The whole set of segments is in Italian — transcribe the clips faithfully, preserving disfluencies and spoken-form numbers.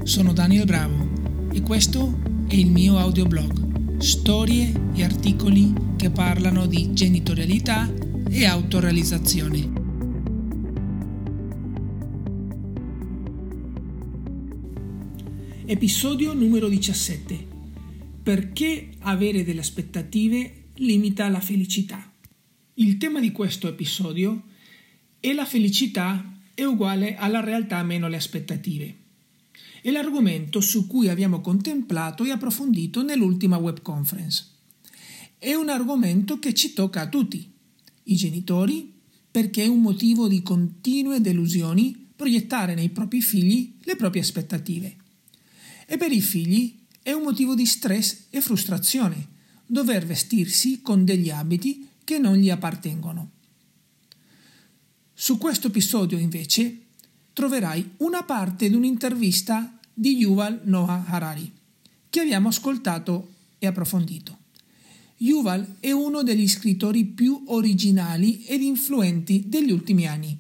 Sono Daniel Bravo e questo è il mio audioblog, storie e articoli che parlano di genitorialità e autorealizzazione. Episodio numero diciassette. Perché avere delle aspettative limita la felicità? Il tema di questo episodio è la felicità è uguale alla realtà meno le aspettative. È l'argomento su cui abbiamo contemplato e approfondito nell'ultima web conference. È un argomento che ci tocca a tutti, i genitori, perché è un motivo di continue delusioni proiettare nei propri figli le proprie aspettative. E per i figli è un motivo di stress e frustrazione dover vestirsi con degli abiti che non gli appartengono. Su questo episodio, invece, troverai una parte di un'intervista di Yuval Noah Harari, che abbiamo ascoltato e approfondito. Yuval è uno degli scrittori più originali ed influenti degli ultimi anni.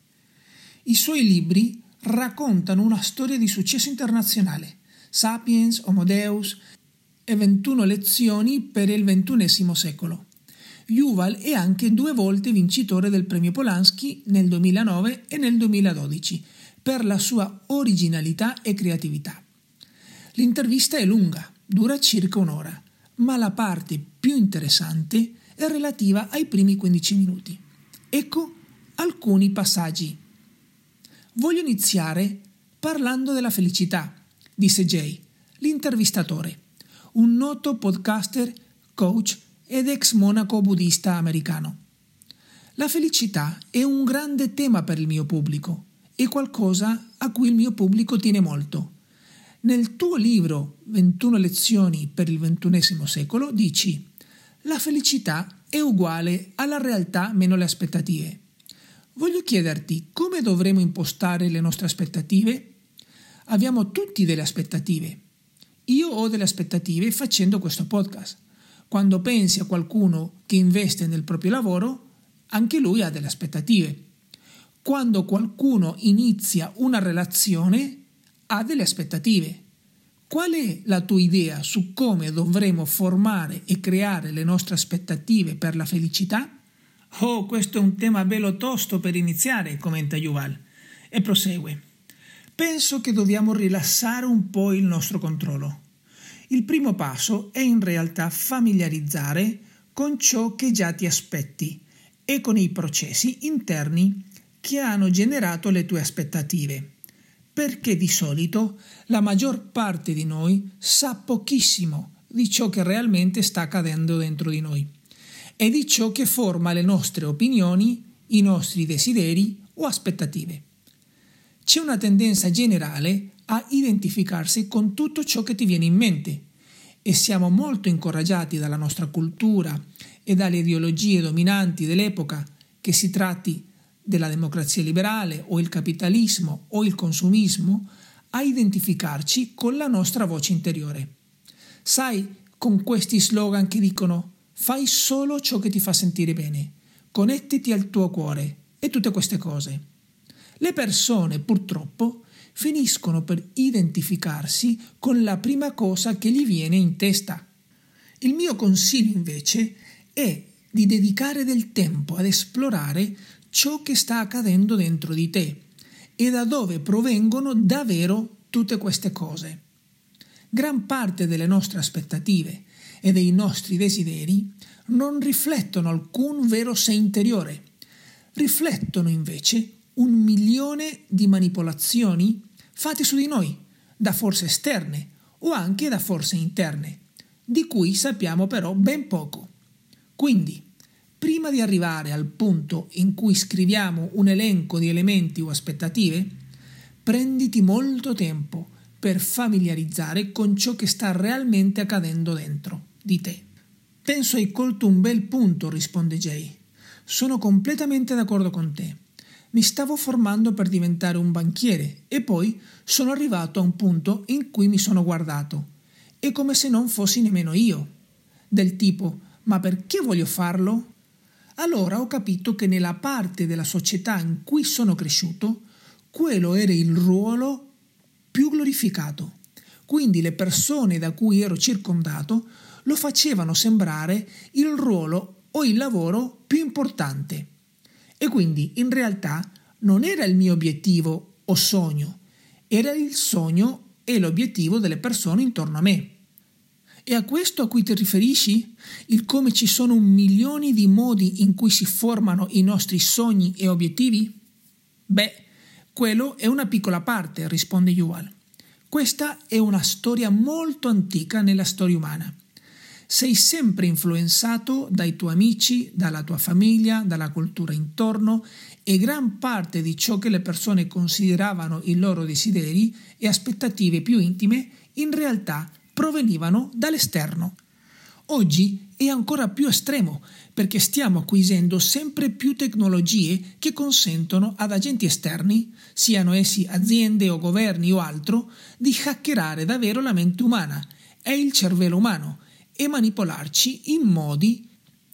I suoi libri raccontano una storia di successo internazionale, Sapiens, Homo Deus e ventuno lezioni per il ventunesimo secolo. Yuval è anche due volte vincitore del premio Polanski nel duemilanove e nel duemiladodici per la sua originalità e creatività. L'intervista è lunga, dura circa un'ora, ma la parte più interessante è relativa ai primi quindici minuti. Ecco alcuni passaggi. Voglio iniziare parlando della felicità, disse Jay, l'intervistatore, un noto podcaster, coach ed ex monaco buddista americano. La felicità è un grande tema per il mio pubblico, è qualcosa a cui il mio pubblico tiene molto. Nel tuo libro ventuno lezioni per il ventunesimo secolo dici: la felicità è uguale alla realtà meno le aspettative. Voglio chiederti come dovremo impostare le nostre aspettative? Abbiamo tutti delle aspettative. Io ho delle aspettative facendo questo podcast. Quando pensi a qualcuno che investe nel proprio lavoro, anche lui ha delle aspettative. Quando qualcuno inizia una relazione, ha delle aspettative. Qual è la tua idea su come dovremo formare e creare le nostre aspettative per la felicità? Oh, questo è un tema bello tosto per iniziare, commenta Yuval, e prosegue. Penso che dobbiamo rilassare un po' il nostro controllo. Il primo passo è in realtà familiarizzare con ciò che già ti aspetti e con i processi interni che hanno generato le tue aspettative, perché di solito la maggior parte di noi sa pochissimo di ciò che realmente sta accadendo dentro di noi e di ciò che forma le nostre opinioni, i nostri desideri o aspettative. C'è una tendenza generale a identificarsi con tutto ciò che ti viene in mente e siamo molto incoraggiati dalla nostra cultura e dalle ideologie dominanti dell'epoca, che si tratti della democrazia liberale o il capitalismo o il consumismo, a identificarci con la nostra voce interiore. Sai, con questi slogan che dicono fai solo ciò che ti fa sentire bene, connettiti al tuo cuore e tutte queste cose. Le persone purtroppo finiscono per identificarsi con la prima cosa che gli viene in testa. Il mio consiglio invece è di dedicare del tempo ad esplorare ciò che sta accadendo dentro di te e da dove provengono davvero tutte queste cose. Gran parte delle nostre aspettative e dei nostri desideri non riflettono alcun vero sé interiore, riflettono invece un milione di manipolazioni fatte su di noi, da forze esterne o anche da forze interne, di cui sappiamo però ben poco. Quindi, prima di arrivare al punto in cui scriviamo un elenco di elementi o aspettative, prenditi molto tempo per familiarizzare con ciò che sta realmente accadendo dentro di te. Penso hai colto un bel punto, risponde Jay. Sono completamente d'accordo con te. Mi stavo formando per diventare un banchiere e poi sono arrivato a un punto in cui mi sono guardato. È come se non fossi nemmeno io. Del tipo, ma perché voglio farlo? Allora ho capito che nella parte della società in cui sono cresciuto, quello era il ruolo più glorificato. Quindi le persone da cui ero circondato lo facevano sembrare il ruolo o il lavoro più importante. E quindi in realtà non era il mio obiettivo o sogno, era il sogno e l'obiettivo delle persone intorno a me. E a questo a cui ti riferisci? Il come ci sono un milione di modi in cui si formano i nostri sogni e obiettivi? Beh, quello è una piccola parte, risponde Yuval. Questa è una storia molto antica nella storia umana. Sei sempre influenzato dai tuoi amici, dalla tua famiglia, dalla cultura intorno e gran parte di ciò che le persone consideravano i loro desideri e aspettative più intime in realtà provenivano dall'esterno. Oggi è ancora più estremo perché stiamo acquisendo sempre più tecnologie che consentono ad agenti esterni, siano essi aziende o governi o altro, di hackerare davvero la mente umana e il cervello umano e manipolarci in modi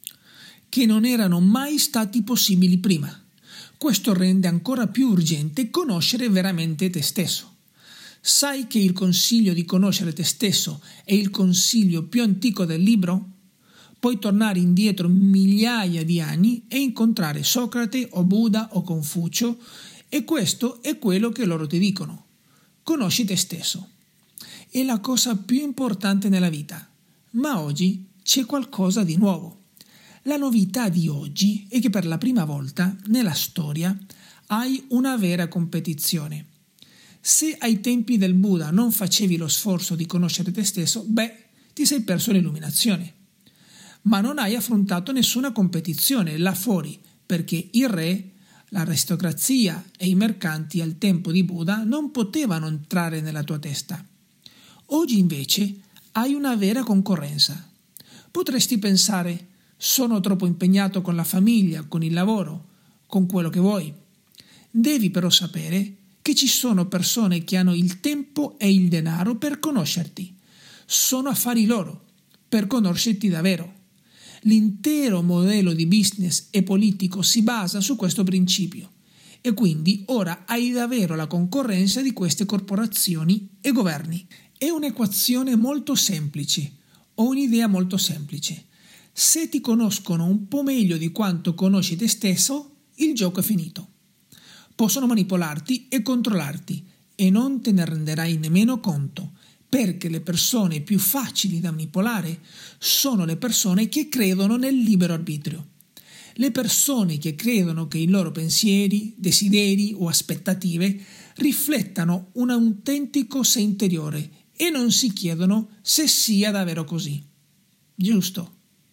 che non erano mai stati possibili prima. Questo rende ancora più urgente conoscere veramente te stesso. Sai che il consiglio di conoscere te stesso è il consiglio più antico del libro? Puoi tornare indietro migliaia di anni e incontrare Socrate o Buddha o Confucio e questo è quello che loro ti dicono. Conosci te stesso. È la cosa più importante nella vita, ma oggi c'è qualcosa di nuovo. La novità di oggi è che per la prima volta nella storia hai una vera competizione. Se ai tempi del Buddha non facevi lo sforzo di conoscere te stesso, beh, ti sei perso l'illuminazione. Ma non hai affrontato nessuna competizione là fuori, perché il re, l'aristocrazia e i mercanti al tempo di Buddha non potevano entrare nella tua testa. Oggi invece hai una vera concorrenza. Potresti pensare, sono troppo impegnato con la famiglia, con il lavoro, con quello che vuoi. Devi però sapere che ci sono persone che hanno il tempo e il denaro per conoscerti. Sono affari loro, per conoscerti davvero. L'intero modello di business e politico si basa su questo principio e quindi ora hai davvero la concorrenza di queste corporazioni e governi. È un'equazione molto semplice, o un'idea molto semplice. Se ti conoscono un po' meglio di quanto conosci te stesso, il gioco è finito. Possono manipolarti e controllarti e non te ne renderai nemmeno conto, perché le persone più facili da manipolare sono le persone che credono nel libero arbitrio. Le persone che credono che i loro pensieri, desideri o aspettative riflettano un autentico sé interiore e non si chiedono se sia davvero così. Giusto?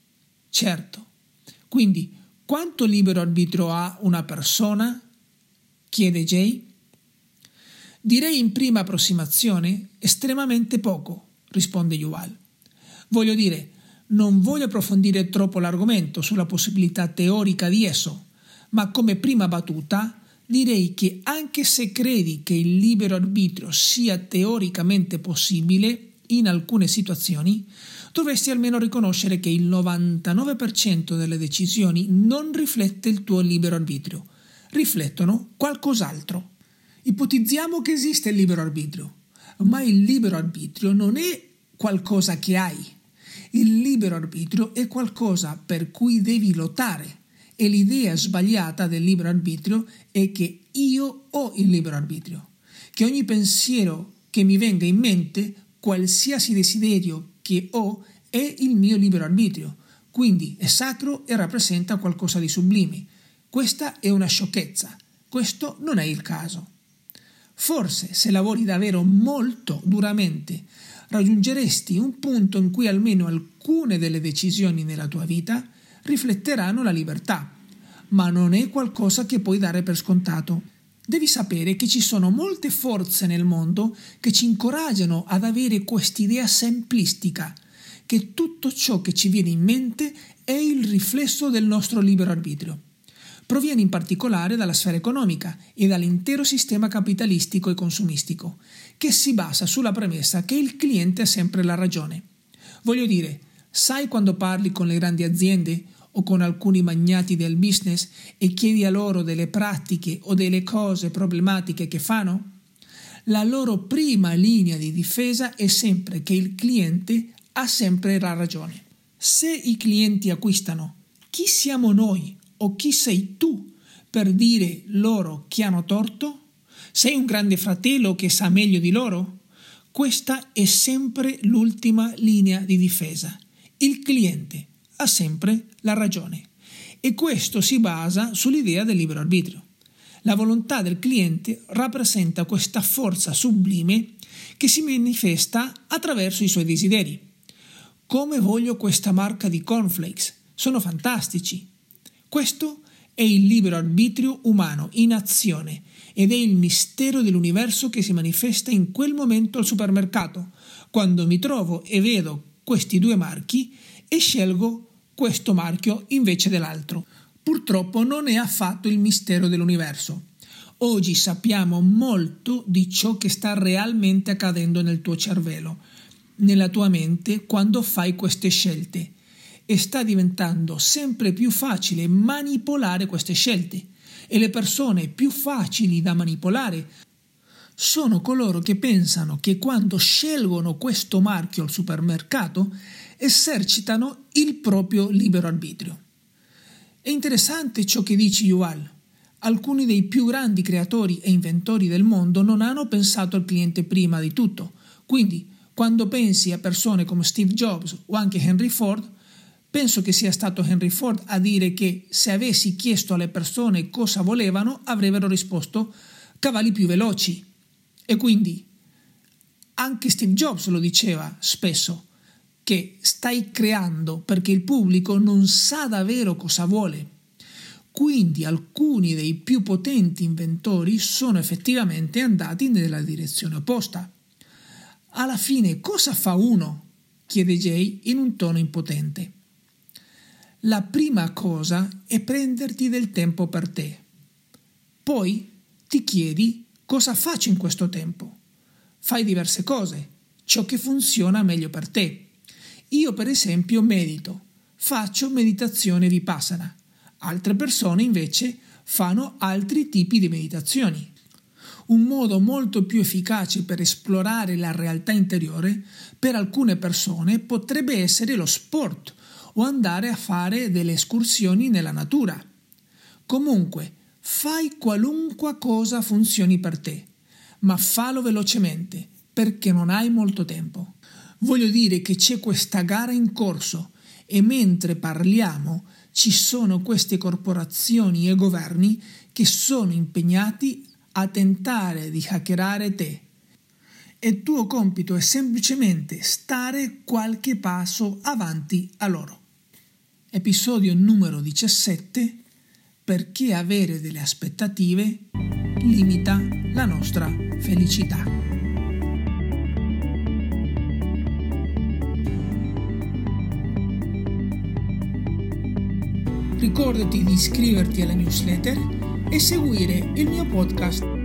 Certo. Quindi, quanto libero arbitrio ha una persona? Chiede Jay. Direi in prima approssimazione estremamente poco, risponde Yuval. Voglio dire, non voglio approfondire troppo l'argomento sulla possibilità teorica di esso, ma come prima battuta direi che anche se credi che il libero arbitrio sia teoricamente possibile in alcune situazioni, dovresti almeno riconoscere che il novantanove per cento delle decisioni non riflette il tuo libero arbitrio, riflettono qualcos'altro. Ipotizziamo che esiste il libero arbitrio, ma il libero arbitrio non è qualcosa che hai. Il libero arbitrio è qualcosa per cui devi lottare e l'idea sbagliata del libero arbitrio è che io ho il libero arbitrio, che ogni pensiero che mi venga in mente, qualsiasi desiderio che ho, è il mio libero arbitrio, quindi è sacro e rappresenta qualcosa di sublime. Questa è una sciocchezza, questo non è il caso. Forse se lavori davvero molto duramente raggiungeresti un punto in cui almeno alcune delle decisioni nella tua vita rifletteranno la libertà, ma non è qualcosa che puoi dare per scontato. Devi sapere che ci sono molte forze nel mondo che ci incoraggiano ad avere quest'idea simplistica, che tutto ciò che ci viene in mente è il riflesso del nostro libero arbitrio. Proviene in particolare dalla sfera economica e dall'intero sistema capitalistico e consumistico, che si basa sulla premessa che il cliente ha sempre la ragione. Voglio dire, sai quando parli con le grandi aziende o con alcuni magnati del business e chiedi a loro delle pratiche o delle cose problematiche che fanno? La loro prima linea di difesa è sempre che il cliente ha sempre la ragione. Se i clienti acquistano, chi siamo noi o chi sei tu per dire loro che hanno torto? Sei un grande fratello che sa meglio di loro? Questa è sempre l'ultima linea di difesa. Il cliente ha sempre la ragione e questo si basa sull'idea del libero arbitrio. La volontà del cliente rappresenta questa forza sublime che si manifesta attraverso i suoi desideri. Come voglio questa marca di cornflakes? Sono fantastici. Questo è il libero arbitrio umano in azione ed è il mistero dell'universo che si manifesta in quel momento al supermercato, quando mi trovo e vedo questi due marchi e scelgo questo marchio invece dell'altro. Purtroppo non è affatto il mistero dell'universo. Oggi sappiamo molto di ciò che sta realmente accadendo nel tuo cervello, nella tua mente quando fai queste scelte. E sta diventando sempre più facile manipolare queste scelte e le persone più facili da manipolare sono coloro che pensano che quando scelgono questo marchio al supermercato esercitano il proprio libero arbitrio. È interessante ciò che dice Yuval. Alcuni dei più grandi creatori e inventori del mondo non hanno pensato al cliente prima di tutto, quindi quando pensi a persone come Steve Jobs o anche Henry Ford, penso che sia stato Henry Ford a dire che se avessi chiesto alle persone cosa volevano avrebbero risposto cavalli più veloci. E quindi anche Steve Jobs lo diceva spesso, che stai creando perché il pubblico non sa davvero cosa vuole. Quindi alcuni dei più potenti inventori sono effettivamente andati nella direzione opposta. Alla fine cosa fa uno? Chiede Jay in un tono impotente. La prima cosa è prenderti del tempo per te. Poi ti chiedi cosa faccio in questo tempo. Fai diverse cose, ciò che funziona meglio per te. Io per esempio medito, faccio meditazione vipassana. Altre persone invece fanno altri tipi di meditazioni. Un modo molto più efficace per esplorare la realtà interiore per alcune persone potrebbe essere lo sport o andare a fare delle escursioni nella natura. Comunque, fai qualunque cosa funzioni per te, ma fallo velocemente perché non hai molto tempo. Voglio dire che c'è questa gara in corso e mentre parliamo ci sono queste corporazioni e governi che sono impegnati a tentare di hackerare te. E il tuo compito è semplicemente stare qualche passo avanti a loro. Episodio numero diciassette. Perché avere delle aspettative limita la nostra felicità. Ricordati di iscriverti alla newsletter e seguire il mio podcast